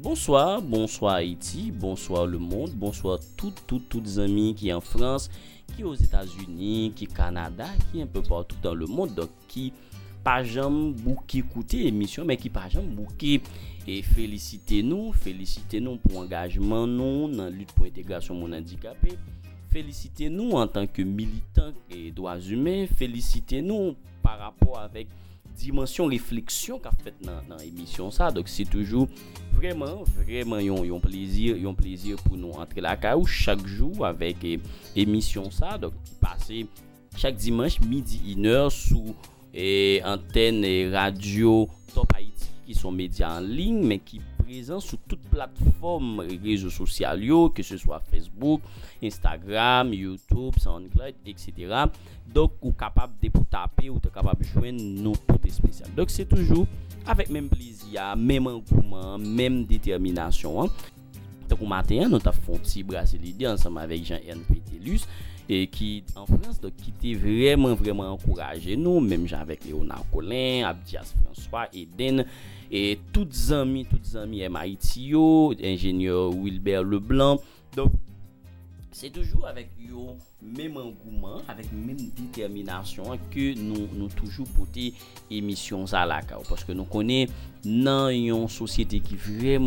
Bonsoir Haïti, bonsoir le monde, bonsoir toutes amis qui en France, qui aux États-Unis, qui Canada, qui un peu partout dans le monde, donc qui pas jamais bouquer écouter émission mais qui pas jamais bouquer et félicitez-nous pour engagement nous dans la lutte pour l'intégration mon handicapé. Félicitez-nous en tant que militants des droits humains, félicitez-nous par rapport avec dimension réflexion qu'a fait dans émission ça. Donc c'est toujours vraiment un plaisir pour nous entrer la caillou chaque jour avec émission ça, donc qui passe chaque dimanche midi 1h sous antenne et radio Top Haïti qui sont médias en ligne mais qui présents sur toutes plateformes réseaux sociaux, que ce soit Facebook, Instagram, YouTube, SoundCloud, etc. Donc, vous êtes capable de taper ou capable de joindre nos potes spéciales. Donc, c'est toujours avec même plaisir, même engouement, même détermination. Donc, au matin, nous avons fait un petit bracelet l'idée ensemble avec Jean-Yann Pétellus et qui en France, donc qui était vraiment encouragé nous, même avec Léonard Colin, Abdias François, Eden et toutes amis MIT, ingénieur Wilbert Leblanc. Donc c'est toujours avec yo même engouement, avec même détermination que nous toujours porter émission ça là parce que nous connaît dans une société qui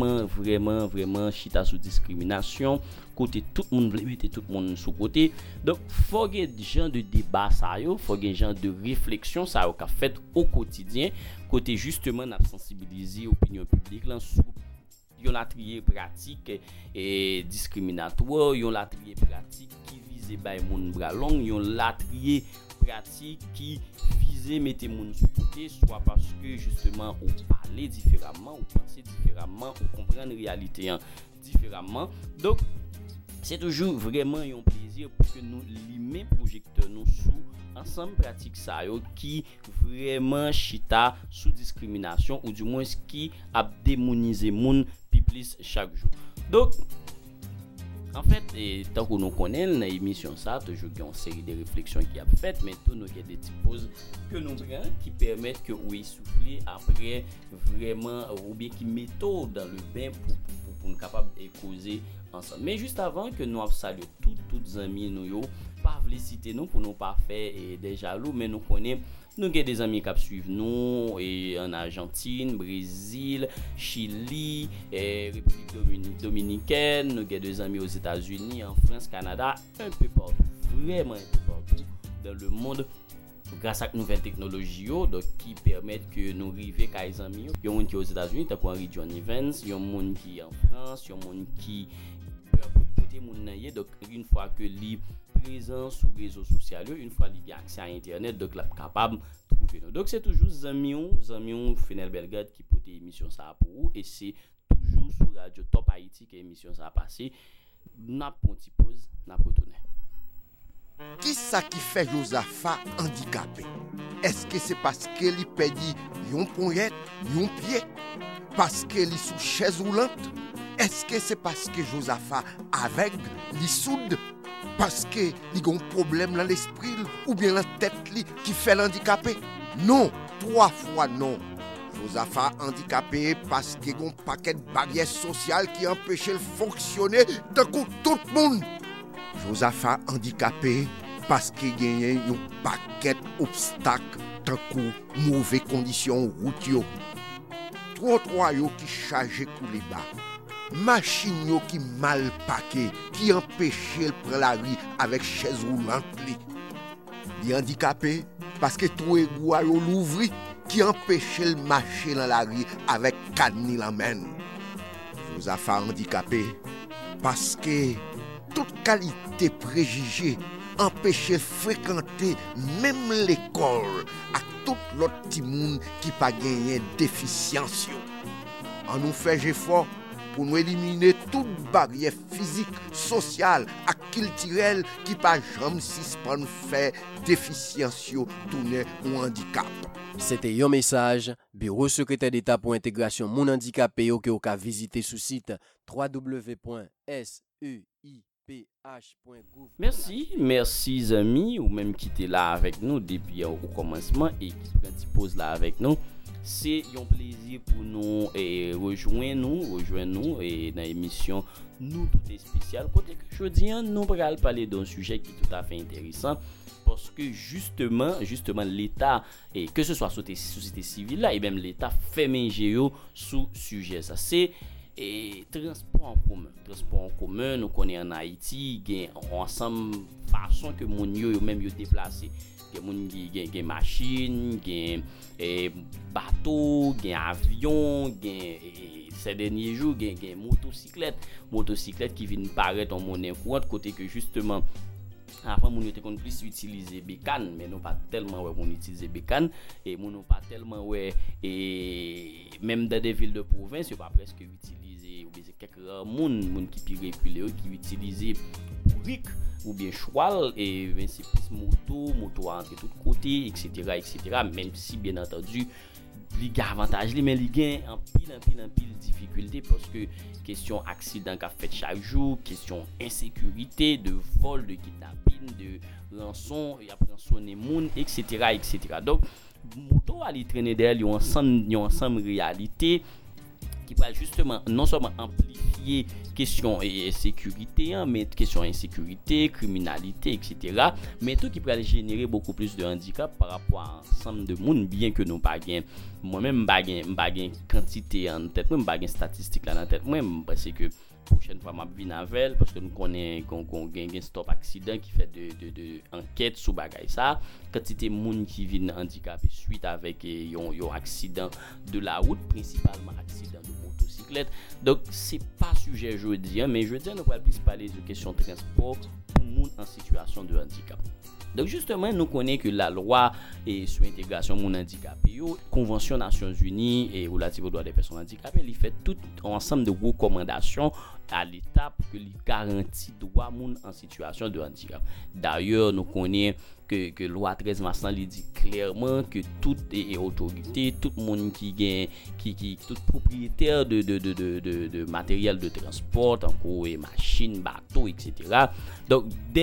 vraiment chita sous discrimination, côté tout le monde veut mettre tout le monde sous côté. Donc faut que des gens de débat ça yo, faut que des gens de réflexion ça yo qu'a fait au quotidien côté justement n'a sensibiliser opinion publique là sous yon la trier pratique et discriminatoire, yon la trier pratique qui vise bay moun bras long, yon la trier pratique qui vise mettre moun sous côté, soit parce que justement on parler différemment, on penser différemment, on comprendre réalité différemment. Donc c'est toujours vraiment un plaisir pour que nous limer projecteur nous sous ensemble pratique ça yo qui vraiment chita sous discrimination ou du moins qui a démonisé moun plus chaque jour. Donc en fait, tant que nous connaissons dans l'émission ça, toujours une série de réflexions qui a fait, mais tout nous y a des petites pauses que nous prenons qui permettent que oui souffler après vraiment ou bien qui mettent dans le bain pour nous capable de causer ensemble. Mais juste avant que nous saluions toutes amis nous pas vle citer nous pour nous pas faire des jaloux, mais nous connaissons nous avons des amis qui suivent nous en Argentine, Brésil, Chili, République Dominicaine, nous avons des amis aux États-Unis, en France, Canada, un peu partout, vraiment un peu partout dans le monde. Grâce à la nouvelle technologie donc qui permettent que nous arrivions à des amis. Il y a des gens qui sont aux États-Unis, tu as Henry John Evans, il y a des gens qui sont en France, il y a des gens qui donc une fois que li présent sur les réseaux sociaux, une fois qu'il a accès à internet, donc là capable de trouver nous. Donc c'est toujours Zamion Fenel Belgrade qui porte émission ça pour vous et c'est toujours sur Radio Top Haïti que émission ça a passé. N'a pas petit pause, n'a pas retourner. Qui ça qui fait Josaphat handicapé? Est-ce que c'est parce que li pedi yon poignet, yon pied? Parce que li sous chaise roulante? Est-ce que c'est parce que Josaphat aveugle, li soude? Parce que li gon problème dans l'esprit ou bien dans la tête li qui fait l'handicapé? Non, 3 fois non. Josaphat handicapé parce que gon paquet de barrières sociales qui empêchent de fonctionner de tout le monde. Josaphat handicapé parce que gagne un paquet d'obstacles tant que mauvaises conditions routières. Trottoir yo qui chargé couler bas. Machine yo qui mal paqué, qui empêche de prendre la rue avec chaise roulante li. Li handicapé parce que tout égout yo l'ouvri qui empêche de marcher dans la rue avec cadni la main. Josaphat handicapé parce que toute qualité préjugée empêche de fréquenter même l'école à tout l'autre petit monde qui pas gagné déficience. On nous fait effort pour nous éliminer toute barrière physique, sociale et culturelle qui pas jamais suspend faire déficience tourner ou handicap. C'était un message Bureau secrétaire d'État pour intégration mon handicapé que vous avez visité sur site www.suiph.gouv. Merci amis ou même qui étaient là avec nous depuis au commencement et qui prend une pause là avec nous. c'est un plaisir pour nous et rejoindre nous et dans l'émission nous tout est spécial côté que je dis nous allons parler d'un sujet qui est tout à fait intéressant parce que justement l'État et que ce soit société civile là et même l'État fait manger sous sujet ça c'est et transport en commun nous connaît en Haïti gain ensemble façon que mon yo même yo déplacer gen machine, gen bateau, gen avion, gen ces derniers jours gen motocyclette qui viennent paraître en monnaie courante côté que justement avant mon était qu'on plus utiliser bécane mais non pas tellement ouais on utiliser bécane et mon pas tellement ouais et même dans des villes de province pas presque utiliser ou bien c'est quelques monde qui pire qui utiliser brique ou bien cheval et ben c'est plus moto entre tous côtés etc. même si bien entendu il y a avantage mais il y a en pile difficulté parce que question accident qu'a fait chaque jour, question insécurité, de vol, de kidnapping, de rançon, il y a rançonner monde etc. Donc moto aller traîner derrière ensemble réalité qui va justement non seulement amplifier question et sécurité mais question insécurité, criminalité etc. mais tout qui peut générer beaucoup plus de handicap par rapport à ensemble de monde bien que nous pas gain moi-même pas gain quantité en tête même pas gain statistique là en tête moi parce que prochaine fois m'a venir avec parce que nous connaît qu'on gain stop accident qui fait de enquête sur bagay ça quantité monde qui viennent handicapé suite avec un accident de la route principalement accident de motocyclette donc c'est pas sujet jeudi mais jeudi nous va plus parler de question de transport pour monde en situation de handicap. Donc justement, nous connaissons que la loi sur l'intégration des handicapés, Convention Nations Unies et relative aux droits des personnes handicapées, il fait tout un ensemble de recommandations à l'État pour que il garantit droits monde en situation de handicap. D'ailleurs, nous connaissons que loi 13 mars il dit clairement que toute autorité, tout monde qui tout propriétaire de matériel de transport, en cours machines, bateaux, etc. Donc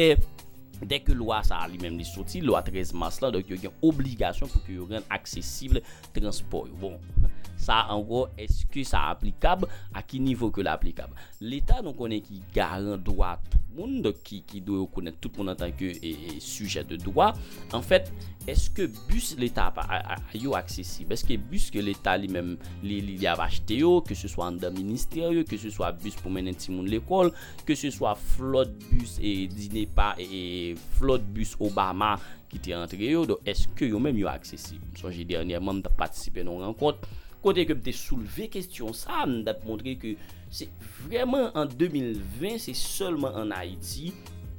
dès que loi ça lui-même sorti loi 13 mars là donc il y a une obligation pour que rende accessible transport. Bon ça en gros est-ce que ça applicable à quel niveau que l'applicable l'état nous connaît qui garant droit tout le monde qui doit reconnaître tout le monde en tant que sujet de droit en fait est-ce que bus l'état yo accessible est-ce que bus que l'état lui-même il a acheté que ce soit dans ministère que ce soit bus pour mener petit monde l'école que ce soit flotte bus et dîner pas et flotte bus Obama qui était entré donc est-ce que yo même yo accessible so j'ai dernièrement m'a participé dans une rencontre côté que tu soulevé question ça m'a montré que c'est vraiment en 2020 c'est seulement en Haïti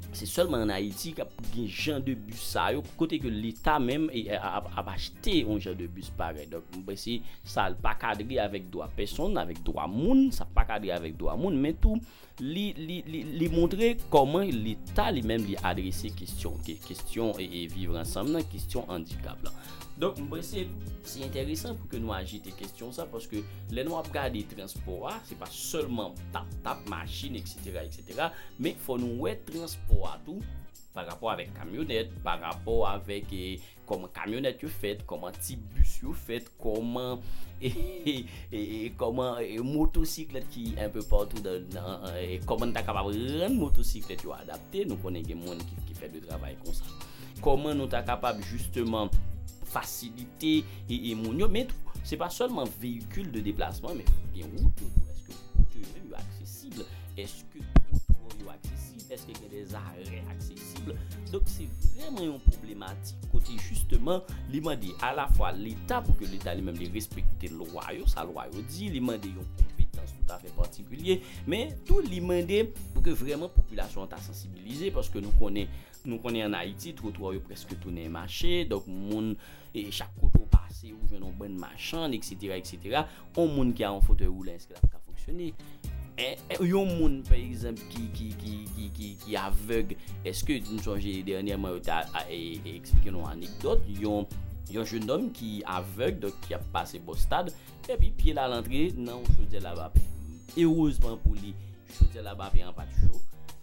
qui a un genre de bus ça côté que l'état même a acheté un genre de bus pareil donc c'est ça pas cadré avec droit personne avec droit monde ça pas cadré avec droit monde mais tout li montrer comment l'état lui-même lui adresser question et vivre ensemble question handicap là. Donc c'est intéressant pour que nous agiter question ça parce que les nous regarder transport c'est pas seulement tap machine etc. mais faut nous ouais transport tout par rapport avec camionnette par rapport avec comment camionnette yo fait comment type bus yo fait comment comment motocyclette qui un peu partout dans comment ta capable rendre motocyclette yo adapté nous connaît des monde qui fait du travail comme ça comment nous ta capable justement faciliter et mounio mais c'est pas seulement véhicule de déplacement mais bien route est-ce que route est accessible est-ce que route est accessible est-ce qu'il y a des arrêts accessibles donc c'est vraiment une problématique côté justement il m'a dit à la fois l'état pour que l'état lui-même respecte loi sa loi dit il m'a dit une compétence tout à fait particulier mais tout il m'a dit pour que vraiment population t'a sensibilisé parce que nous connaît en Haïti trottoir presque tout n'est marché donc monde et chaque côté passé ou une bonne marchande etc. on monde qui a un fauteuil roulant est-ce que ça peut fonctionner un monde par exemple qui aveugle est-ce que nous songez dernièrement expliquer une anecdote un jeune homme qui aveugle donc qui a passé au stade et puis pied à l'entrée non je dis là-bas heureusement pour lui je dis là-bas en pas chaud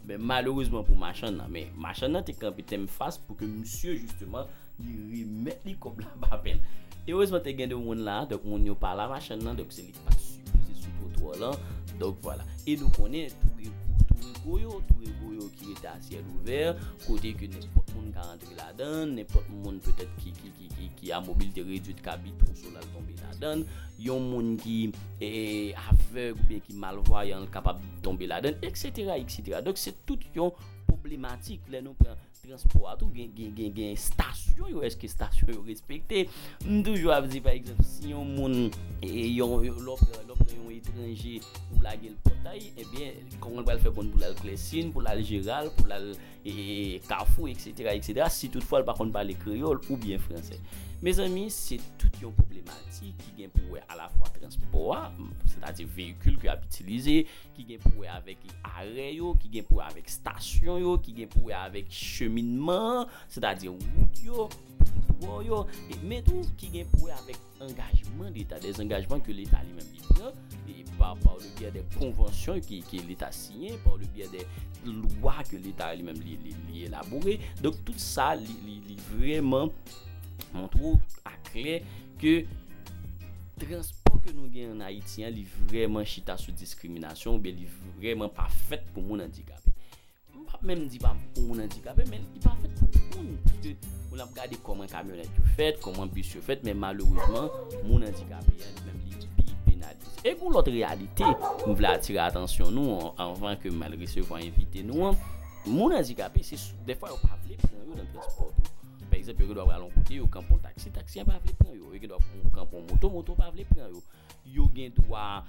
Mais malheureusement pour machin là, mais machin là t'es campé thème face pour que monsieur justement il remette les comme la pas peine. Et heureusement t'es gain de monde là, donc on yo pas la machin là, donc c'est les pas supposé sous trottoir là. Donc voilà. Et nous connaissons tout les qui était à ciel ouvert, côté que n'importe monde qui rentre là-dedans, n'importe monde peut-être qui a mobilité réduite qui habite au sol tomber là-dedans, yon monde qui est aveugle ou bien qui malvoyant capable de tomber là-dedans, etc. Donc c'est tout une problématique là nous prend transport tout gain station yo est-ce que station yo respecté toujours dire par exemple si un monde et yon l'autre étranger pour la gueule portail et bien comment on va le faire pour la Clessine pour la Gérald pour la Carrefour etc. si toutefois par contre parler créole ou bien français. Mes amis, c'est toute une problématique qui vient pour à la fois transport, c'est-à-dire véhicules qui a utilisé, qui vient pour avec arrêt qui vient pour avec station qui vient pour avec cheminement, c'est-à-dire route mais tout qui vient pour avec engagement d'État, des engagements que l'État lui-même prend et par le biais des conventions que l'État signé, par le biais des lois que l'État lui-même élaboré. Donc tout ça vraiment montre à clair que transport que nous gagnons en Haïti est vraiment chita sous discrimination ou bien vraiment pas fait pour mon handicapé. Même dit pas pour mon handicapé mais il pas fait pour tout le monde parce que on a regardé comment camionnette fait, comment bus fait mais malheureusement mon handicapé même il pénalise. Et pour l'autre réalité, nous voulons attirer attention nous avant que mal recevoir inviter nous mon handicapé c'est des fois on pas veut prendre dans le transport. Par exemple, il doit aller côté au campon taxi pas veut prendre yo, il doit campon moto pas veut prendre yo. Yo gen droit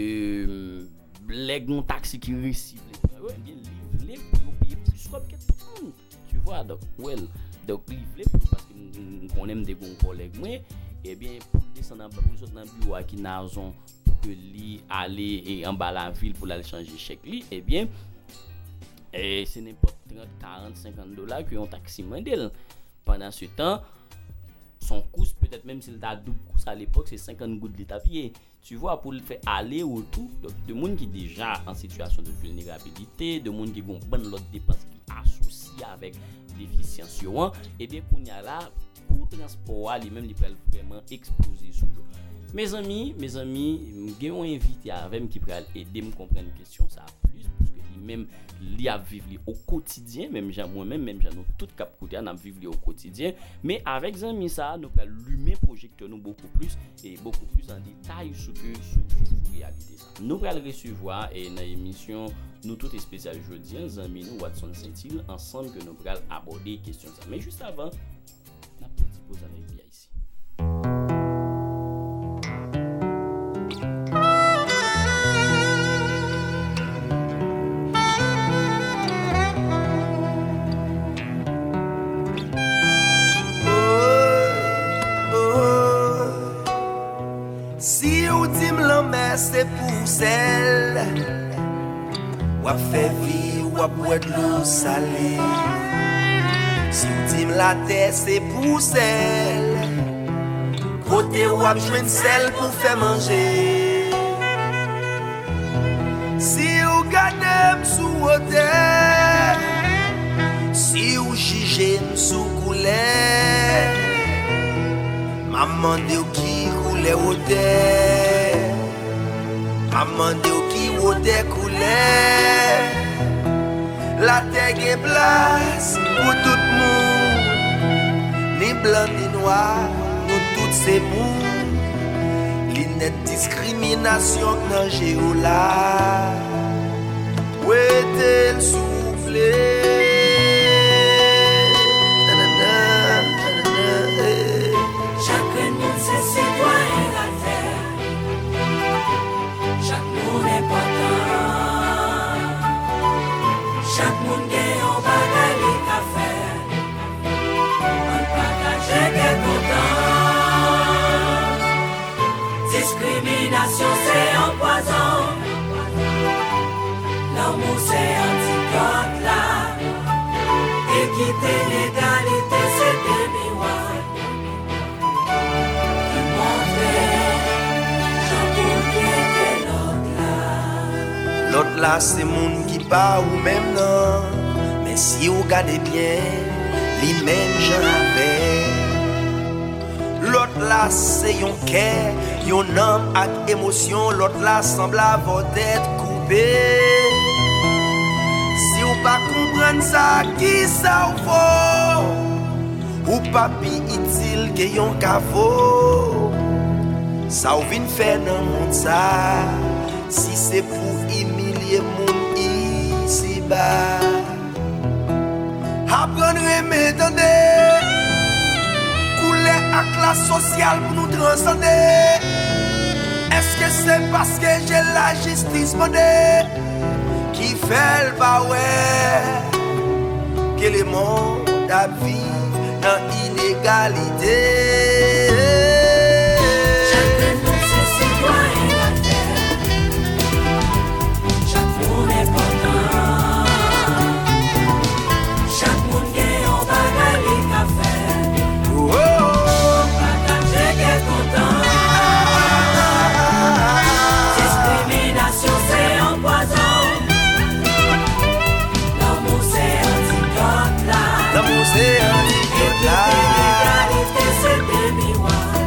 les gon taxi qui reçoivent les bien livrer pour payer plus comme que tout le monde. Tu vois donc livrer parce que on aime des bons collègues moi et bien pour descendre dans bureau qui n'a raison que lui aller en bas la ville pour aller changer chèque lui et bien et ce n'est pas 30 40 50 dollars que un taxi mandel. Pendant ce temps, son coût peut-être même s'il a double coût à l'époque, c'est 50 gouttes de tapier. Tu vois, pour le faire aller ou tout, donc de monde qui déjà en situation de vulnérabilité, de monde qui vont bonne l'autre dépense qui associée avec déficience et bien qu'on y a là pour transport, lui-même il peut vraiment exposer sur l'eau. Mes amis, j'ai invité avec qui peut aider me comprendre une question ça plus parce que lui-même li a vivre au quotidien même moi-même même nous tout cap côté on a vivre au quotidien mais avec amis ça nous peut allumer projecteur nous beaucoup plus en détail sur réalité ça nous allons recevoir et dans émission nous tout spécial jeudi amis nous Watson Saint-Hill ensemble que nous allons aborder question ça mais juste avant la petite pause avec Bia ici. C'est pour celle ou a fait vie ou a boire de l'eau salée. Si vous dites la terre c'est pour celle côté ou a besoin de sel pour faire manger. Si vous gardez sous hauteur, si vous jugez sous couleur, maman de qui coulait hauteur. Amande ou qui wote couleur. La terre est place pour tout le monde. Ni blanc ni noir, nous tous c'est bon. L'inet discrimination dans géola. Où est-elle soufflée? Chacun de ses citoyens la terre. Chaque monde est important. Chaque monde gagne un bagage à faire. Un bagage est content. Discrimination c'est un poison. L'amour c'est antidote là. Équité, l'égalité c'est des miroirs. Qui montrent L'autre là c'est moun qui pas ou même non. Mais si vous regardez bien, les mêmes gens avec. L'autre là c'est yon cœur, yon âme ak émotion. L'autre là semble avoir tête coupée. Si vous pas comprendre ça, qui ça ou faut? Ou pas pi utile que yon kavo. Ça ou vin faire dans monde ça. Si c'est pour humilier moun ici bas. Apprendre à m'étendre. Couler à classe sociale pour nous transcender. Est-ce que c'est parce que j'ai la justice monnaie qui fait le pas ouais que le monde a vivre dans l'inégalité? Chacun de ces citoyens la terre, chaque monde est important, chaque monde gagne en bagaille qu'à faire, partager qui est content. Discrimination c'est un poison, l'amour c'est antidote là, L'amour c'est un et l'égalité c'est des miroirs.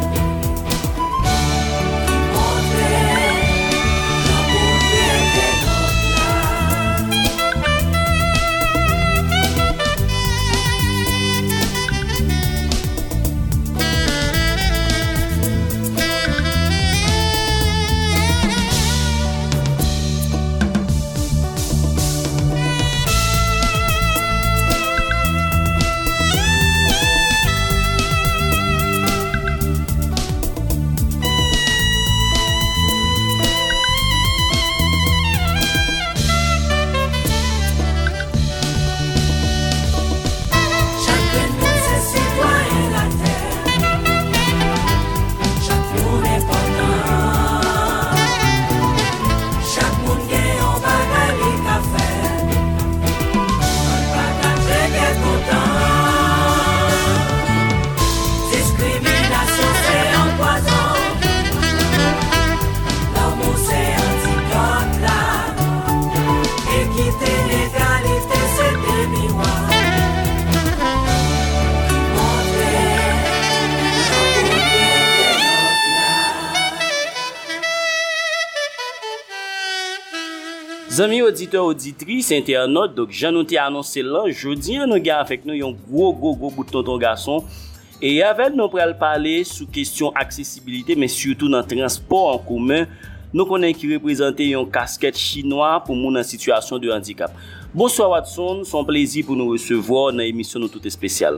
Amis auditeurs, auditrices, internautes, donc j'en ai annoncé là, jeudi, nous avons avec nous un gros bout de tonton garçon. Et avec nous, on va parler sous question accessibilité, mais surtout dans le transport en commun. Nous connaissons qui représente une casquette chinoise pour moun en situation de handicap. Bonsoir Watson, c'est un plaisir pour nous recevoir dans l'émission toute spéciale.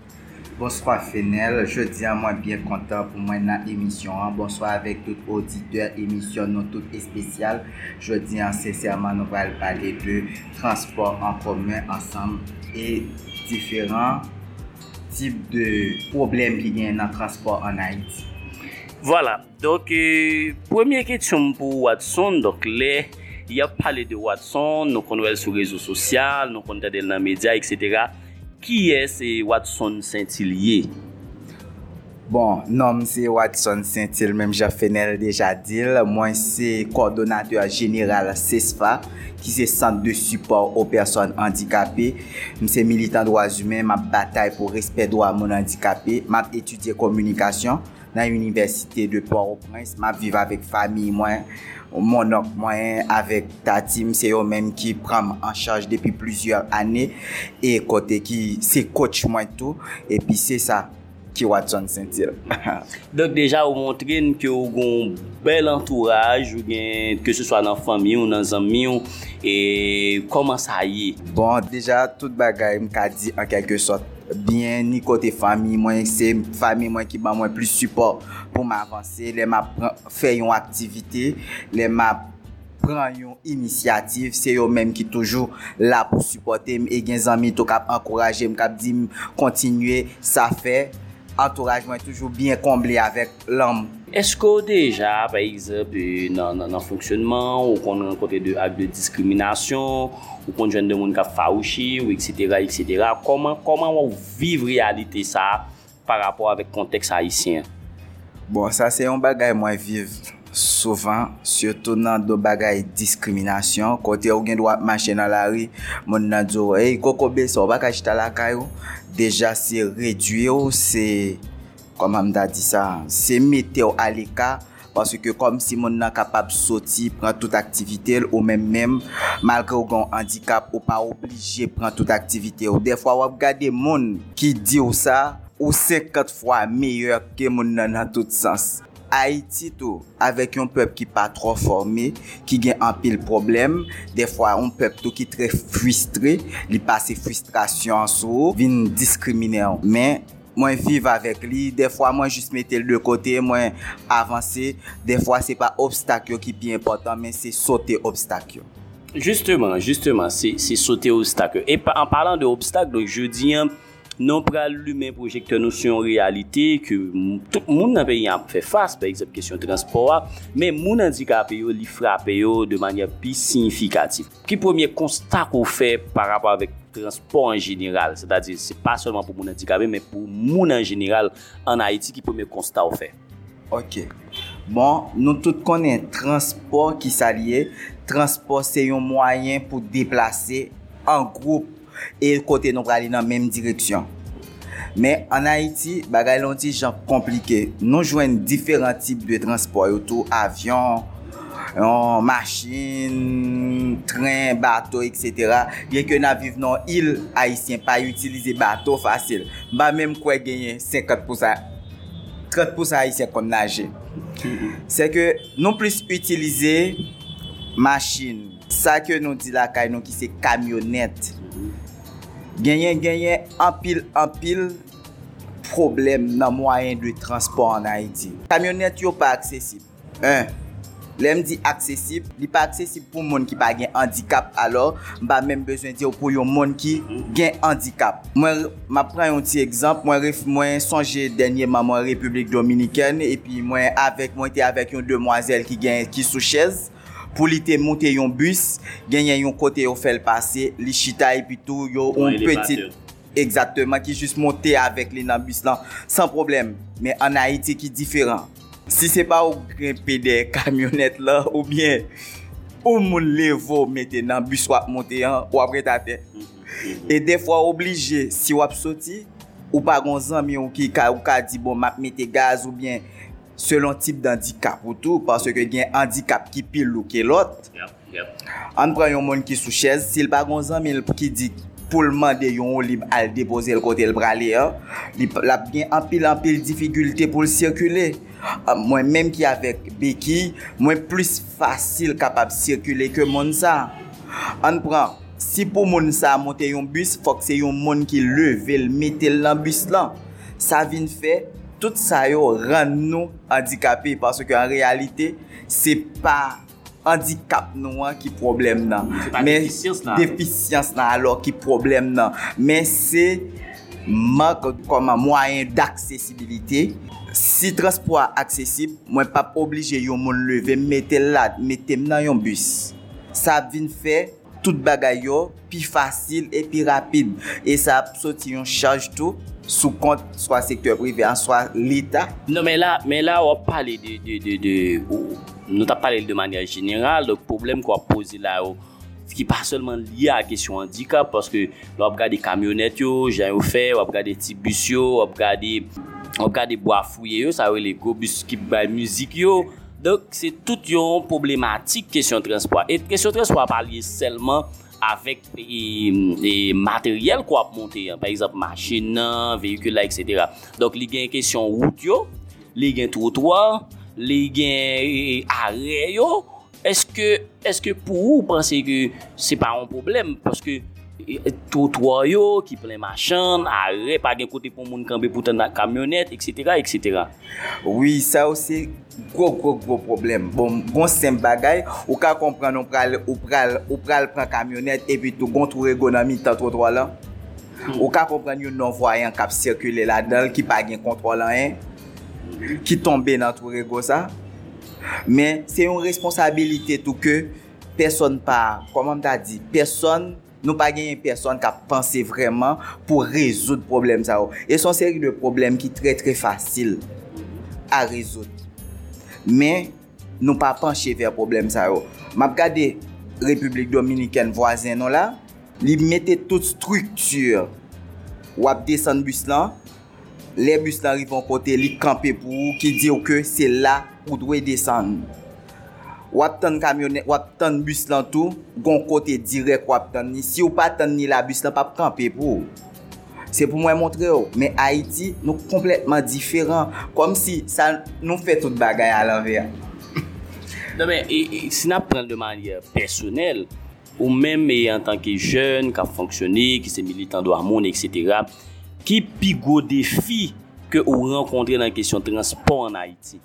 Bonsoir Fenel, je dis à moi bien content pour moi dans l'émission. Bonsoir avec tout auditeur, émission non toute spéciale. Je dis sincèrement, nous allons parler de transport en commun ensemble et différents types de problèmes qui y a dans le transport en Haïti. Voilà, donc première question pour Watson, donc là, il a parlé de Watson, nous connaissons sur les réseaux sociaux, nous connaissons dans les médias, etc. Qui est ce Watson Saint-Hillier? Bon, non, c'est Watson Saint-Hillier, même Jean-Fenel déjà dit. Moi, c'est coordonnateur général CESFA, qui est centre de support aux personnes handicapées. Je suis militant droits humains, ma bataille pour respect droit à mon handicapé. Je étudié communication dans l'université de Port-au-Prince. Je vis avec famille, moi. Mon oncle, moi, avec Tati, c'est eux-mêmes qui prennent en charge depuis plusieurs années. Et côté qui, c'est coach, moi, tout. Et puis, c'est ça qui Watson Saint-Hillier. Donc, déjà, vous montrez que vous avez un bel entourage, que ce soit dans la famille ou dans les amis. Et comment ça y est? Bon, déjà, tout bagaille, m'a dit en quelque sorte. Bien, ni côté famille, moi, c'est famille moi qui m'a plus support pour m'avancer. Les m'a fait une activité, les m'a prend une initiative, c'est eux même qui toujours là pour supporter et des amis qui encourager me cap dit continuer ça fait entourage moi toujours bien comblé avec l'homme. Est-ce que déjà par exemple dans le fonctionnement ou qu'on rencontre de actes de discrimination ou qu'on joue de monde qui fauché ou etc. comment on vivre réalité ça par rapport avec contexte haïtien? Bon, ça c'est un bagage moi vivre Souvent, surtout dans de bagaille discrimination, côté ou gen droit marcher dans la rue, mon nan di hey kokobe ça pas ka chita la caillou. Déjà c'est réduire, c'est comment m'ta dit ça, c'est mettre à l'écart parce que comme si mon nan capable sortir prendre toute activité ou même malgré ou gon handicap ou pas obligé prendre toute activité. Ou des fois ou regarder monde qui dit ça ou 50 fois meilleur que mon nan dans tout sens. Haïti tout avec un peuple qui pas trop formé, qui gagne un pile problème, des fois un peuple tout qui très frustré, il passe frustration sur vinn discriminer. Mais moi vivre avec lui, des fois moi juste mettre le de côté, moi avancer, des fois c'est pas obstacle qui est important mais c'est sauter obstacle. Justement, c'est sauter obstacle. Et en parlant de obstacle, donc je dis non pral l'humain projecteur nous sur une réalité que tout le monde dans le pays a fait face, par exemple question transport, mais moun handicapé yo li frappe yo de manière plus significative. Qui premier constat qu'on fait par rapport avec transport en général, c'est-à-dire c'est pas seulement pour moun handicapé mais pour moun en général en Haïti qui premier constat qu'on fait. OK. Bon, nous tous connaissons transport qui s'allie. Transport c'est un moyen pour déplacer en groupe et côté nous aller dans même direction. Mais en Haïti, bagay l'on dit genre compliqué. Nous joignent différents types de transport autour avion, machine, train, bateau, etc. Bien que nous vivons dans île haïtien pas utiliser bateau facile. Bah même quoi gagner 50%, 30% haïtien comme nager. C'est que nous plus utiliser machine. Ça que nous dit la caille nous qui c'est camionnette. Gagner en pile problème dans moyen de transport en Haïti. Camionnette yo pas accessible. L'aime dit accessible, il pas accessible pour monde qui pas gain handicap alors pas même besoin dire pour yon monde qui gain handicap. Moi m'a prend un petit exemple, moi songer dernièrement en République Dominicaine et puis moi était avec une demoiselle qui sous chaise. Pour li te monter yon bus, gagner yon côté yo fait le passer, li chita et puis tout yo on petit exactement qui juste monter avec les dans bus là sans problème. Mais en Haïti qui différent. Si c'est pas au grimper des camionnettes là ou bien ou moun levo mettre dans bus ou monter ou après ta tête. Et des fois obligé si ou sorti ou pas gon zami ou qui ka dit bon m'a mettre gaz ou bien selon type d'handicap ou tout parce que il y a un handicap qui pile ou que l'autre. On prend un monde qui sous chaise, s'il pas gon zami qui dit pour le demander yon libre à déposer le côté le braler, il a bien en pile difficulté pour circuler. Moi même qui avec béquille, moi plus facile capable circuler que monde ça. On prend si pour monde ça monter un bus, faut que c'est un monde qui leve le mettre dans bus là. Ça vient fait tout ça yo rend nous handicapés parce que en réalité c'est pas handicap nous qui problème là mais déficience là alors qui problème là mais c'est manque comme un moyen d'accessibilité. Si transport accessible moi pas obligé yo moun lever mettre dans un bus ça vient faire toute bagaille yo plus facile et plus rapide et ça sorti un charge tout sous compte soit secteur privé soit l'état. Non mais là on parle de nous t'a parlé de manière générale le problème qu'on pose là qui pas seulement lié à la question handicap parce que on regarde des camionnettes yo j'ai fait on regarde des petits bus yo on regarde des bois fouillés yo ça les gros bus qui ba musique yo. Donc c'est toute une problématique question transport et question transport pas lié seulement avec les matériels qu'on a monté par exemple machine véhicule etc. Donc il y a une question route yo, il y a un trottoir, il y a arrêt yo. Est-ce que pour vous pensez que c'est pas un problème parce que trottoir yo qui plein machin, arrêt pas gain côté pour moun camper pour dans camionnette etc. Oui, ça aussi gros problème. Bon simple bagay ou ka comprendre ou pral prend camionnette et puis tout gon tour ergonomie dans trottoir là. Ou ka comprendre yon non voyant cap circuler là-dedans qui pas gain contrôle rien qui tombe dans tour ergo ça. Mais c'est une responsabilité tout que personne pas comment t'a dit personne nous pas gagner personne qui a pensé vraiment pour résoudre problème ça et son série de problèmes qui très facile à résoudre mais nous pas pencher vers problème ça yo. M'a regardé République dominicaine voisin non là, li mettait toute structure. Ou ap descend bus là, les bus là arrivent côté li camper pour qui dit que c'est là où doit descendre. Ou ap tan camionnette, ou ap tan bus là tout, gon côté direct ou ap tan ni si ou pas tan ni la bus là pas camper pour. C'est pour moi montrer mais Haïti nous complètement différent comme si ça nous fait toute bagaille à l'envers. Non mais si on prend de manière personnelle ou même en tant que jeune qui a fonctionné, qui est militant de harmonie, etc. Qui plus gros défi que vous rencontrez dans la question de transport en Haïti?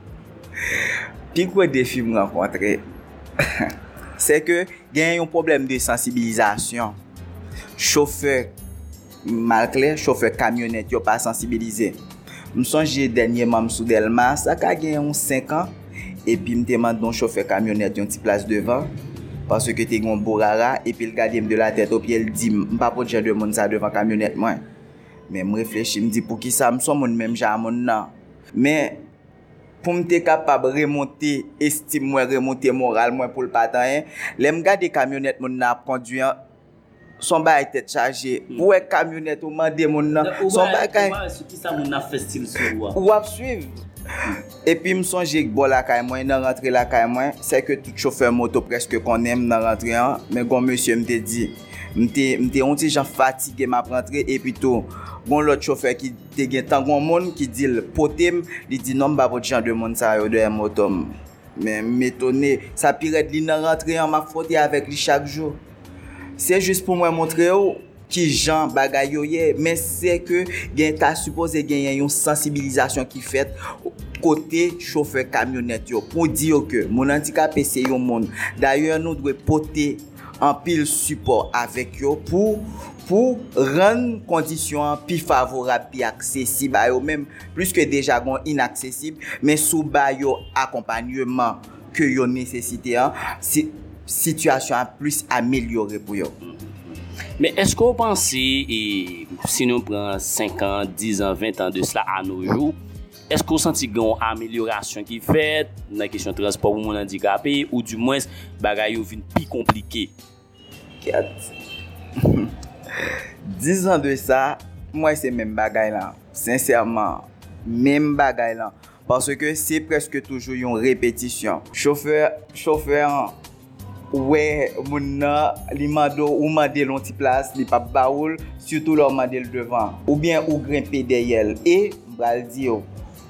Plus gros défi me rencontrer c'est que il y a un problème de sensibilisation. Chauffeur mal clair, chauffeur camionnette yo pas sensibilisé. Me songe dernièrement sous Delma, ça ka gen 5 ans et puis me demande don chauffeur camionnette un petit place devant parce que t'es gon bourara et puis il garde de la tête au pied il dit m'pas pas de monde ça devant camionnette moi. Mais me réfléchis me dit pour qui ça me son monde même genre mon nan. Mais pour me être capable remonter estime moi remonter moral moi pour le pas rien, les me garder camionnette mon n'a conduire son bail tête chargée pour camionnette ou mandé mon nan son bail qui ça mon a fait style sur ou ap suivre et puis me songe que bon la caille moi dans rentrer la caille moi c'est que tout chauffeur moto presque qu'on aime dans rentrer mais gon monsieur me dit m'était on petit gens fatigué m'a rentrer et puis tout bon l'autre chauffeur qui te gen tant gon monde qui dit potem il dit non pas votre genre de monde ça yo de moto mais m'étonné ça pirate li dans rentrer m'a faute avec lui chaque jour. C'est juste pour moi montrer qui Jean bagay yo yé mais c'est que gen ta supposé gagner une sensibilisation qui fait côté chauffeur camionnette yo pour dire que mon handicapé c'est un monde. D'ailleurs nous doit porter en pile support avec yo pour rendre conditions plus favorables et accessibles à eux même plus que déjà inaccessible mais sous ba yo accompagnement que yo nécessité situation a plus améliorée pour eux. Mais est-ce que vous pensez, si nous prenons 5 ans, 10 ans, 20 ans de cela à nos jours, est-ce que vous sentez qu'il y a une amélioration qui est faite dans la question de transport pour les handicapés ou du moins, les choses sont plus compliquées? 10 ans de ça, moi c'est même bagaille là. Sincèrement, même bagaille là. Parce que c'est presque toujours une répétition. Chauffeur, ouais, mon li mando ou mandé l'on ti place, li pa baoul, surtout leur mandé le devant ou bien ou grimper derrière et m'bral dire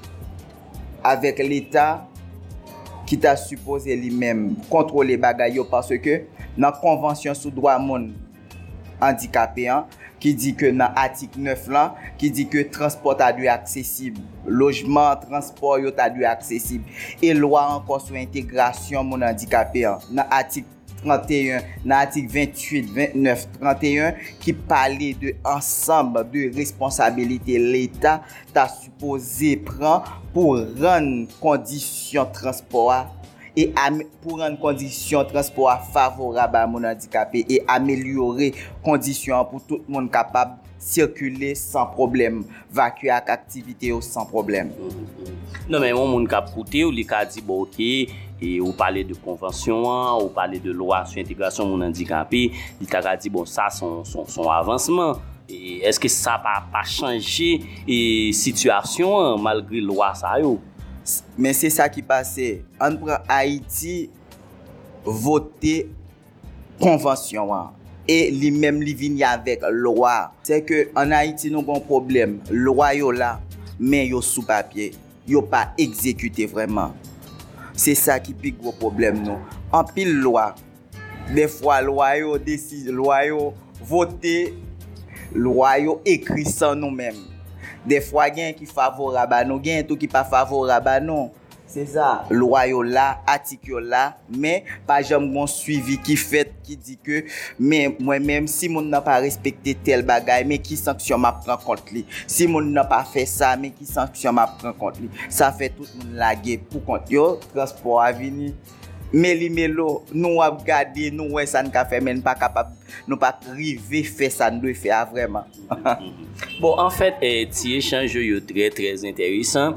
avec l'état qui t'a supposé lui-même contrôler bagay parce que dans convention sous droit monde handicapé qui dit que dans article 9 là qui dit que transport a dû accessible logement transport yo ta dû accessible et loi encore sur intégration mon handicapé dans article 31 dans article 28 29 31 qui parlait de ensemble de responsabilité l'état t'a supposé prendre pour rendre conditions transport et pour rendre conditions transport favorables à mon handicapé et améliorer conditions pour tout le monde capable circuler sans problème, vacuer avec activité sans problème. Non mais mon monde cap côté ou li ka dit bon OK et ou parler de convention ou parler de loi sur intégration mon handicapé, il t'a dit bon ça son avancement. Et est-ce que ça pas changer et situation malgré loi ça yo? Mais c'est ça qui passait. On prend Haïti voter convention et lui-même li vinn avec loi. C'est que en Haïti nous avons problème. Loi yo là mais yo sous papier, yo pas exécuté vraiment. C'est ça qui pique gros problème nous. En pile loi. Des fois loi yo décide, loi yo voter, loi yo écrit sans nous-mêmes. Des fois gen qui favorable à nous, gen tout qui pas favorable à nous. C'est ça. Loi yo là, article là, mais pas jamais bon suivi qui fait qui dit que mais moi-même si mon n'a pas respecté tel bagay, mais qui sanction m'a prend compte li. Si mon n'a pas fait ça, mais qui sanction m'a prend compte li. Ça fait tout monde laguer pour compte yo transport à venir. Melo nous a regarder nous ouais ça n'a fait même pas capable nous pas arriver faire ça nous faire vraiment. Bon en fait ti échange yo très très intéressant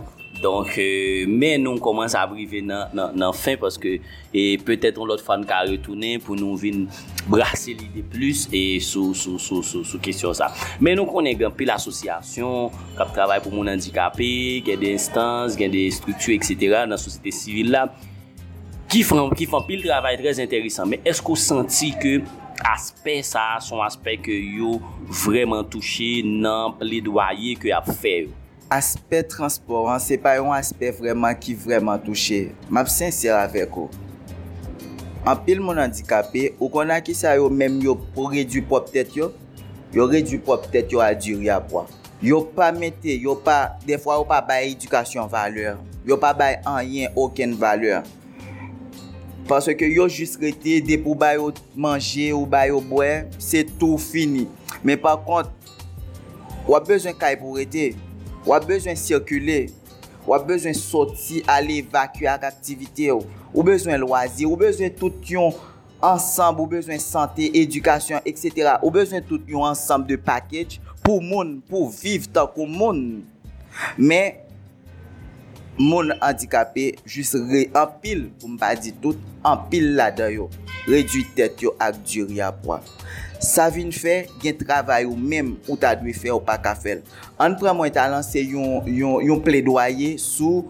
Donc, mais nous commençons à arriver dans fin parce que et peut-être on l'autre fois nous qu'à retourner pour nous venir brasser l'idée plus et sous question ça. Mais nous connaissons pile l'association qui travaille pour mon handicapé, il y a des instances, il y a des structures etc. dans la société civile là qui font pile travail très intéressant. Mais est-ce qu'on sentit que aspect ça son aspect que yo vraiment touché dans plaidoyer que a fait? Aspect transport, c'est pas un aspect vraiment qui vraiment touché. M'a sincère avec vous. En pile mon handicapé, ou qu'on a qui ça yo même yo pour réduire propre tête yo réduit propre tête yo à durer à poids. Yo pas mette, yo pas des fois yo pas ba éducation valeur. Yo pas ba rien aucune valeur. Parce que yo juste rete de pour ba yo manger ou ba yo boire, c'est tout fini. Mais par contre, ou a besoin kay pour rete. Ou a besoin circuler, ou a besoin sortir, aller évacuer avec activité, ou besoin loisir, ou besoin tout yon ensemble, ou besoin santé, éducation, etc. Ou besoin tout yon ensemble de package pour vivre tant que monde. Mais monde handicapé juste en pile, pour me pas dire tout, en pile là-dedans, réduit tête yo ak durer à poids. Ça vient faire un travail ou même ou ta dû faire ou pas qu'à faire. On prend moi ta lancer yon plaidoyer sous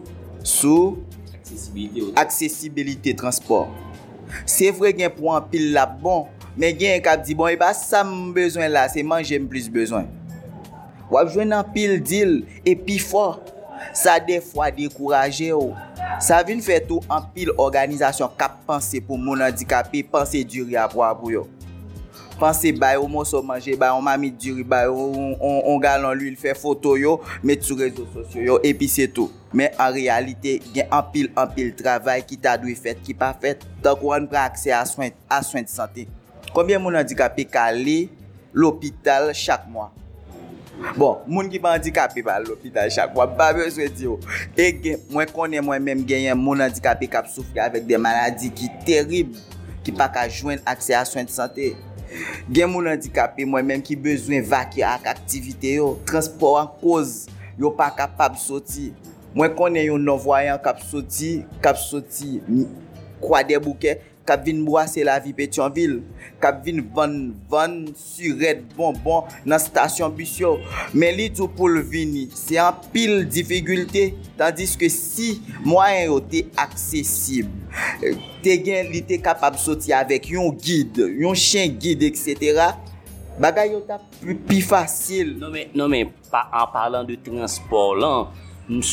accessibilité transport. C'est vrai qu'il y a pour un pile là bon, mais il y a un qui dit bon et pas ça me besoin là, c'est manger plus besoin. Ou a jouer un pile deal et puis fort. Ça des fois décourager ou. Ça vient faire tout en pile organisation cap penser pour mon handicapé, penser durer à pour yo. Pensez bay au morceau manger bay on mamie duri bay on galon l'huile fait photo yo mettre sur réseaux sociaux yo et puis c'est tout. Mais en réalité il y a un pile travail qui t'a dû fait qui pas fait donc on prend accès à soins de santé. Combien mon handicapé calé l'hôpital chaque mois? Bon, moun qui pas handicapé par l'hôpital chaque mois pas besoin dire et moi connais moi même gagner mon handicapé qui souffre avec des maladies qui terribles qui pas qu'à joindre accès à soins de santé. Gen moun handicapé moi même qui besoin vaquer ak activité yo transport en cause yo pas capable sortir moi connais yon non voyant cap sorti Croix des Bouquets cap vinn brasser la vie Pétionville cap vinn vendre surette bonbon dans station bus yo mais li tout pour le vini c'est en pile difficulté tandis que si moyen yo té accessible te gen li te capable sortir avec un guide, un chien guide etc. Bagay yo ta plus facile. Non mais pas en parlant de transport là, me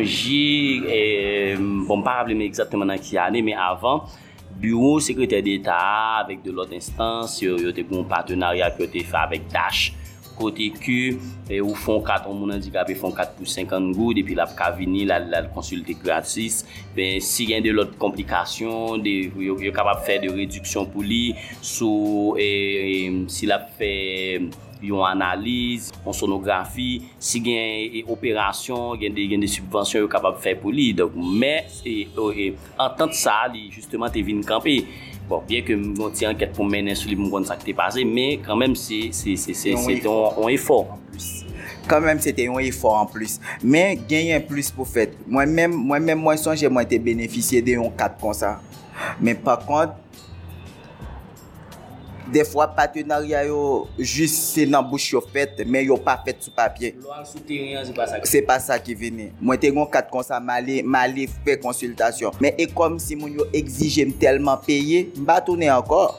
songer bon pas rappeler exactement dans quelle année mais avant bureau secrétaire d'État avec de l'autre instance yo te un partenariat que te fait avec Dash côté que ou font 4 mon handicapé font 4 pour 50 gouttes et puis la ka venir la consulter gratis ben si y a de l'autre complications yo capable faire de réduction pour lui sous si la fait une analyse en sonographie si y a une opération y a des subventions yo capable faire pour lui donc mais en tant que ça justement te vinn camper. Bon, bien que mon petit enquête pour mener sur les mouvements ça qui t'est passé, mais quand même c'est un effort en plus. Quand même c'était un effort en plus. Mais gagner plus pour faire. Moi songe moi été bénéficier de un cadre comme ça. Mais par contre des fois partenariat yo juste c'est dans bouche yo fait mais yo pas fait sous papier. C'est pas ça qui venait. Moi t'ai gon cadre comme ça m'aller faire consultation. Mais et comme si mon yo exige tellement payer, m'pas tourner encore.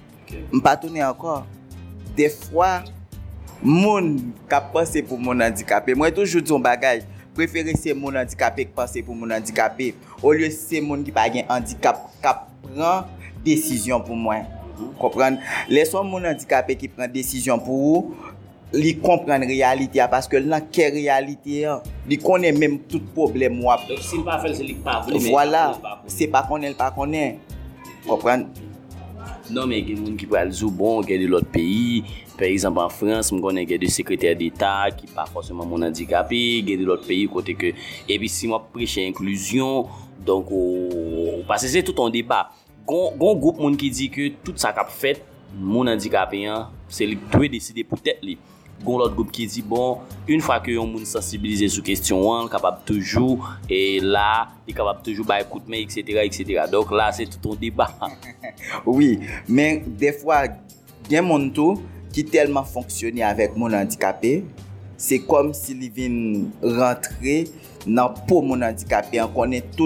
Des fois moun ka penser pour mon handicapé. Moi toujours dis un bagage, préférer c'est mon handicapé que penser pour mon handicapé. Au lieu c'est moun qui pas gen handicap ka prend décision pour moi. Comprendre laissons mon handicapé qui prend décision pour vous li comprendre réalité parce que dans quelle réalité il connaît même tout problème moi donc s'il pas faire c'est li pas voilà c'est pas connaît comprendre non mais il y a des gens qui parlent bon qui de l'autre pays par exemple en France me connais des secrétaires d'État qui pas forcément mon handicapé il y a de l'autre pays côté que et puis si moi prêcher inclusion donc parce que c'est tout un débat. Gon groupe monde qui dit que tout ça qu'a fait mon handicapé c'est lui doit décider pour tête lui gon l'autre groupe qui dit bon, une fois que on moun sensibiliser sur question, capable toujours et là, il capable toujours ba écoute mais etc. Donc là c'est tout un débat. Oui, mais des fois gen mon tout qui tellement fonctionner avec mon handicapé, c'est comme s'il vient rentrer dans pour mon handicapé, on connaît tout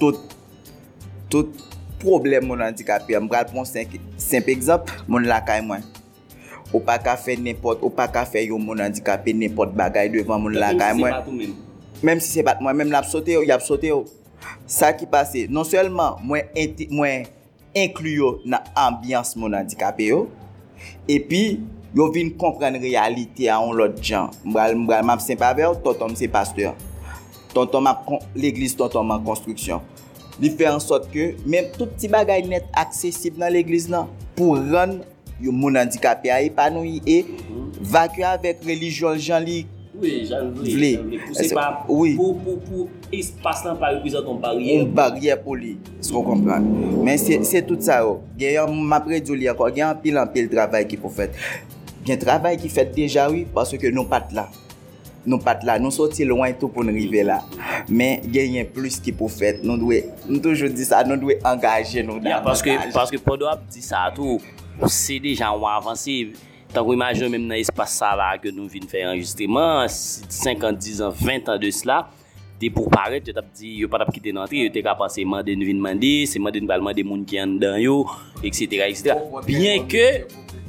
problème mon handicapé. On va prendre simple exemple, mon la kay moi. Ou pas qu'à faire n'importe, ou pas qu'à faire yo mon handicapé n'importe bagaille devant mon la kay moi. Même si c'est pas moi même l'a sauté, y a sauté. Ça qui passe, non seulement moi inclus yo dans ambiance mon handicapé yo, et puis yo vinn comprendre réalité à on l'autre gens. M'a simple avec tonton c'est pasteur. Tonton m'a l'église tonton en construction. Il fait en sorte que même tout petit bagay net accessible dans l'église là pour rendre yo mon handicapé à épanoui et vacuer avec religion gens li. Oui, j'avoue. C'est pas oui. Pour espace là pas représenter une barrière. Une barrière pour lui. Est-ce qu'on comprend? Mais c'est tout ça. Gagnant m'a prédit encore gagnant pile travail qu'il faut faire. Bien travail qui fait déjà oui parce que nous pas là. Nous sorti loin tout pour nous arriver là. Mais gagner plus qu'il faut faire. Nous toujours dit ça, nous devons engager nous parce que Podo dit ça tout, c'est déjà on avancé. Tant qu'on imagine même dans l'espace ça là que nous venons faire enregistrement 50 10 ans 20 ans de cela t'es pour paraître tu t'as dit yo pas quitter l'entrée yo t'es capable passer demander nous venir demander c'est demander nous demander monde qui en dedans yo etc. bien que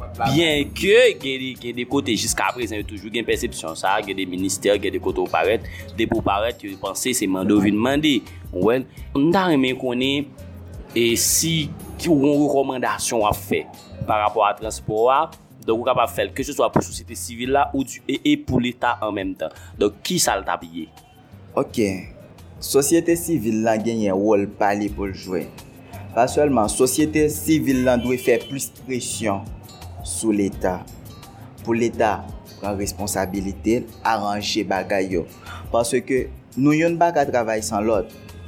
il y a des côtés jusqu'à présent toujours une perception ça il y a des ministères il y a des côtés paraître des pour paraître yo penser c'est mando venir demander ouais on t'a aimé connait et si qui ont une recommandation à faire par rapport à transport. Donc, vous êtes capable de faire que ce soit pour la société civile là, ou et pour l'État en même temps. Donc, qui ça le tablier? Ok. Société civile là gagne un rôle parler pour le jouer. Pas seulement, société civile là doit faire plus pression sur l'État. Pour l'État prendre responsabilité, arranger bagay yo. Parce que nous yon pas qu'à travailler sans l'autre.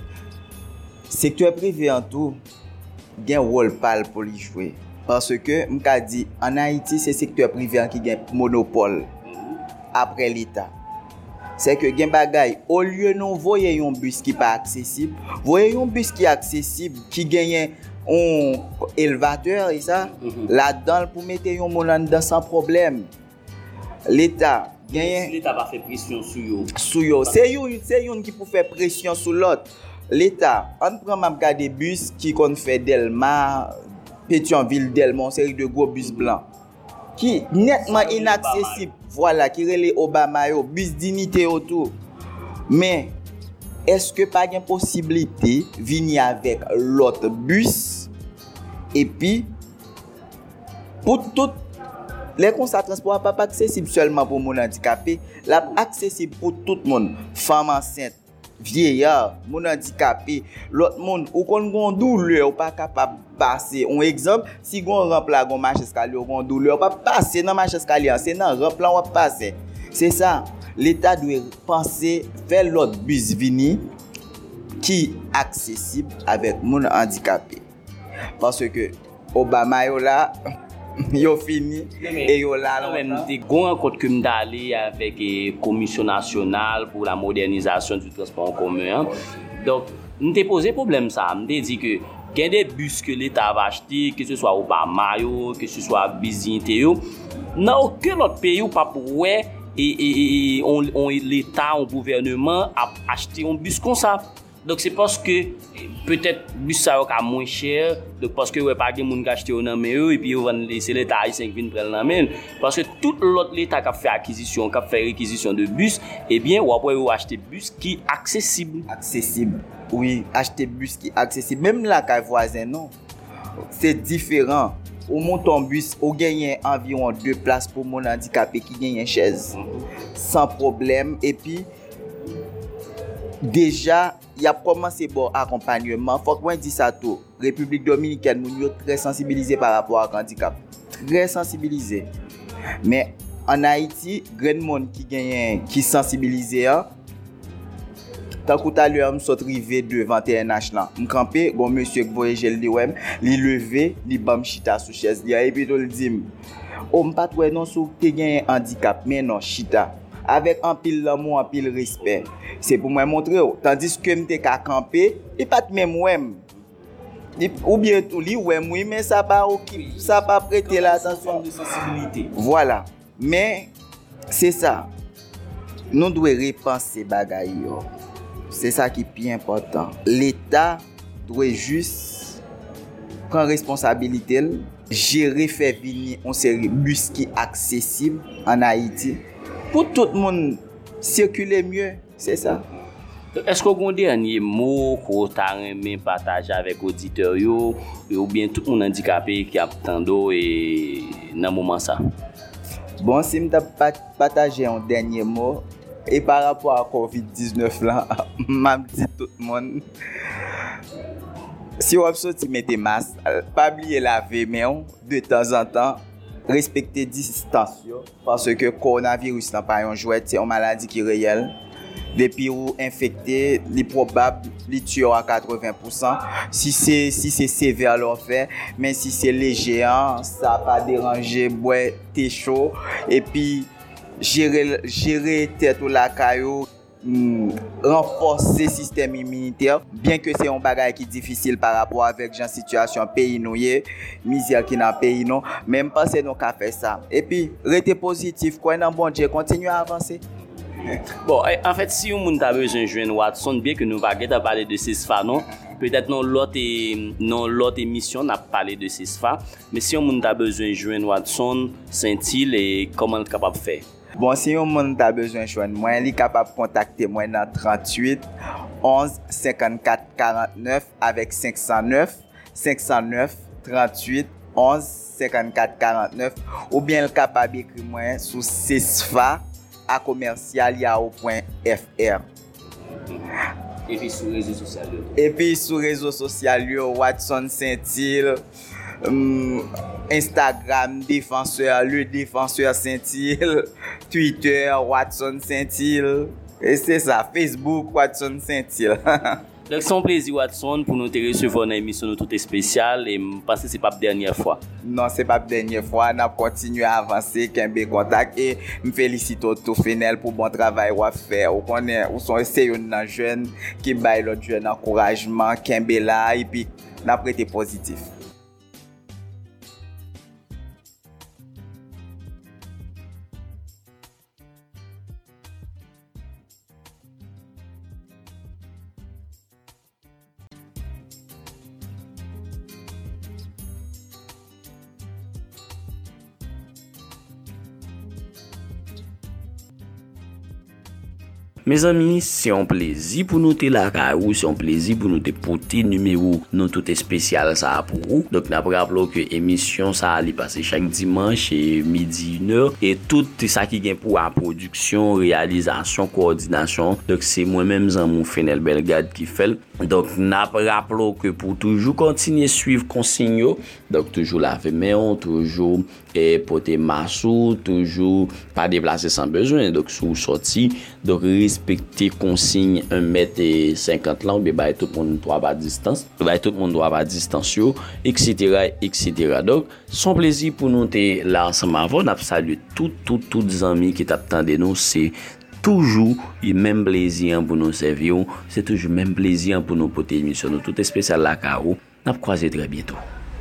Secteur privé en tout gagne un rôle parler pour y jouer. Parce que m'ka dit en Haïti c'est secteur privé qui gagne monopole après l'État. C'est que gen bagay au lieu non voyer un bus qui pas accessible, voyer un bus qui est accessible qui gagne un élevateur et ça là-dedans pour mettre un monde dans sans problème. L'État gagne l'État pas fait pression sur yo. C'est yon qui pour faire pression sur l'autre. L'État on prend même des bus qui qu'on fait Delma Pétionville, Delmont, série de gros bus blancs qui nettement inaccessible. Voilà, qui relève Obama yo, bus dignité autour. Mais est-ce que pas une possibilité venir avec l'autre bus et puis pour tout les constats transport pas accessible seulement pour mon handicapé, là accessible pour tout le monde, femme enceinte, vieillard, mon handicapé, l'autre monde ou qu'on gon douleur ou pas capable passer. Un exemple, si gon rempla gon marche escalier ou gon douleur pas passer dans marche escalier, c'est dans rempla ou passer. C'est ça. L'État doit penser faire l'autre bus vini qui accessible avec mon handicapé. Parce que Obama yo là yo fini et yo là même des gros rencontres que m'd'aller avec commission nationale pour la modernisation du transport en commun. Donc m'te posé problème ça, m'te dit que il y a des bus que l'État va acheter, que ce soit Obama yo, que ce soit Bizinité yo, dans aucun autre pays ou pas pour ouais et l'État, un gouvernement a acheté un bus comme ça. Donc c'est parce que peut-être bus ça va moins cher, donc parce que ouais pas de monde qui acheter dans mais et puis on va laisser l'État haïtien qui vient prendre la main parce que tout l'autre l'État qui a fait acquisition, qui a fait réquisition de bus, eh bien ou après ou acheter bus qui accessible. Oui, acheter bus qui accessible même là chez voisin non. C'est différent. Au monte en bus, on gagne environ 2 places pour mon handicapé qui gagne une chaise. Sans problème et puis déjà il y a commencé bon accompagnement. Faut que moi dit ça tout. République dominicaine nous très sensibilisé par rapport à handicap. Très sensibilisé. Mais en Haïti, grand monde qui gagne qui sensibilisé Tant que tout à l'heure, je suis arrivé devant TNH là. Je campé, bon monsieur qui voyage le web, il levé, il bam chita sous chaise et puis il dit "Oh, m'pas toi non sou te gen handicap, mais non chita." Avec un pile l'amour, un pile respect. C'est pour moi montrer tandis que m'te ka camper, il pas même wem. Ou bien tout li wem oui, mais ça pas prêter l'attention de sensibilité. Voilà. Mais c'est ça. Nous devons repenser bagaille yo. C'est ça qui est plus important. L'État doit juste prendre responsabilité, gérer, faire venir une série de bus qui est accessible en Haïti pour tout le monde circuler mieux. C'est ça. Est-ce qu'on a un dernier mot que tu as aimé partager avec l'auditeur ou bien tout le monde handicapé qui a attendu et dans ce moment ça? Bon, si je partager un dernier mot, et par rapport à COVID-19 là, je dis tout le monde, si vous sortez mettez masque, pas oublier laver main de temps en temps, respecter distanciation parce que coronavirus n'est pas un jouet, c'est une maladie qui est réelle. Depuis ou infecté, il est probable qu'il tue à 80%. Si c'est sévère, l'on fait. Mais si c'est léger, ça va pas déranger, boire, t'es chaud. Et puis, gérer tête ou la caillou, renforcer le système immunitaire. Bien que c'est un bagage qui est difficile par rapport avec la situation pays noué, misère qui dans le pays non. Même pas c'est nous qui fait ça. Et puis, rester positif, quoi, dans bon Dieu, continue à avancer. Bon, en fait, si on a besoin de joindre Watson, bien que nous ne parler de CESFA, non, peut-être dans l'autre émission, on a parlé de CESFA, mais si on a besoin de joindre Watson, Saint-Il, et comment on est capable de faire? Bon, si on a besoin de joindre moi, il est capable de contacter moi dans 38 11 54 49 avec 509 38 11 54 49 ou bien le capable d'écrire moi sur CESFA à commercial.yahoo.fr. Et puis sur les réseaux sociaux. Et puis sur les réseaux sociaux, Watson Saint-Il, Instagram, le défenseur Saint-Il, Twitter, Watson Saint-Il. Et c'est ça, Facebook, Watson Saint-Il. Donc, c'est un plaisir, Watson, pour nous te recevoir dans l'émission toute spéciale et je pense que ce n'est pas la dernière fois. Non, ce n'est pas la dernière fois. On a continué à avancer, Kembe contact et je félicite tout Fenel pour le bon travail qu'on fait. On sont essayés de jeunes qui baillent l'autre jeune encouragement, Kembe là et puis on a prêté positif. Mes amis, c'est un plaisir pour nous te la caillou, c'est un plaisir pour nous te porter numéro non tout spécial ça pour vous. Donc n'a rappelons que émission ça allait passer chaque dimanche et midi 1h et tout ça qui gagne pour la production, réalisation, coordination. Donc c'est moi-même Jean-Mou Fenel Bellegarde qui fait. Donc n'a rappelons que pour toujours continuer suivre consigne, donc toujours laver main, toujours porter masque, toujours pas déplacer sans besoin. Donc sous sortie, donc respecter consigne 1m50 là, bah tout le monde doit pas distance, bah tout le monde doit pas distance, etc. Donc son plaisir pour nous te là ensemble avant, n'a saluer tous les amis qui t'attendent nous, c'est toujours le même plaisir pour nous servir, c'est toujours le même plaisir pour nous porter émission nous tout spécial la Caro. N'a croiser très bientôt.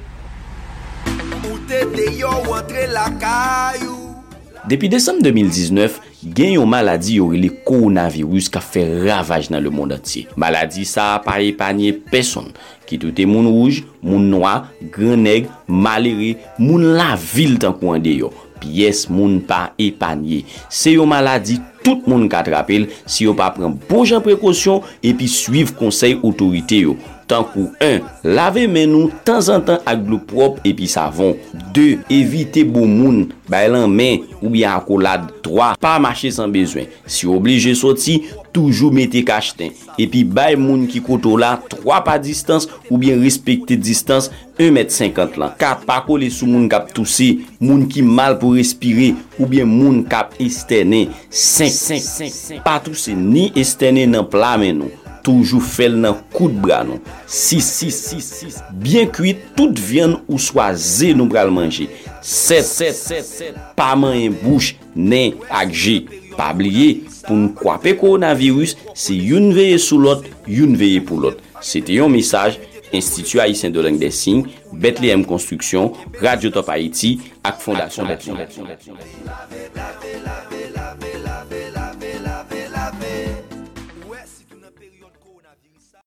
Depuis décembre 2019, il y a une maladie le coronavirus qui a fait ravage dans le monde entier. Maladie ça pas épargné personne. Qui tout est moun rouge, moun noir, grand nègre, malheureux, moun la ville tant qu'on dehors. Pièce moun pas épargné. C'est une maladie tout le monde qui attrape si on pas prendre bon précaution et puis suivre conseil autorité yo. Tant coup 1. Laver main nous temps en temps avec l'eau propre et puis savon. 2. Éviter bon moun, bail en main ou bien accolade. 3. Pas marcher sans besoin. Si obligé sortir, toujours mettez cachetin. Et puis bail moun qui koto là 3 pas distance ou bien respecter distance 1,50 m là. 4. Pas coller sous moun k'ap tousser, moun qui mal pour respirer ou bien moun k'ap esterner. 5. Pas tousser ni esterner dans plat mais non. Toujours fait dans coup de bras non. 6. Bien cuit toute viande ou soit zé nous pral manger. 7. Pas manger bouche nez ak jé. Pas oublier pour nous couper coronavirus, c'est une veille sous l'autre, une veille pour l'autre. C'était un message Institut Haïtien de langue des signes, Bethléem Construction, Radio Top Haïti ak Fondation Bethléem.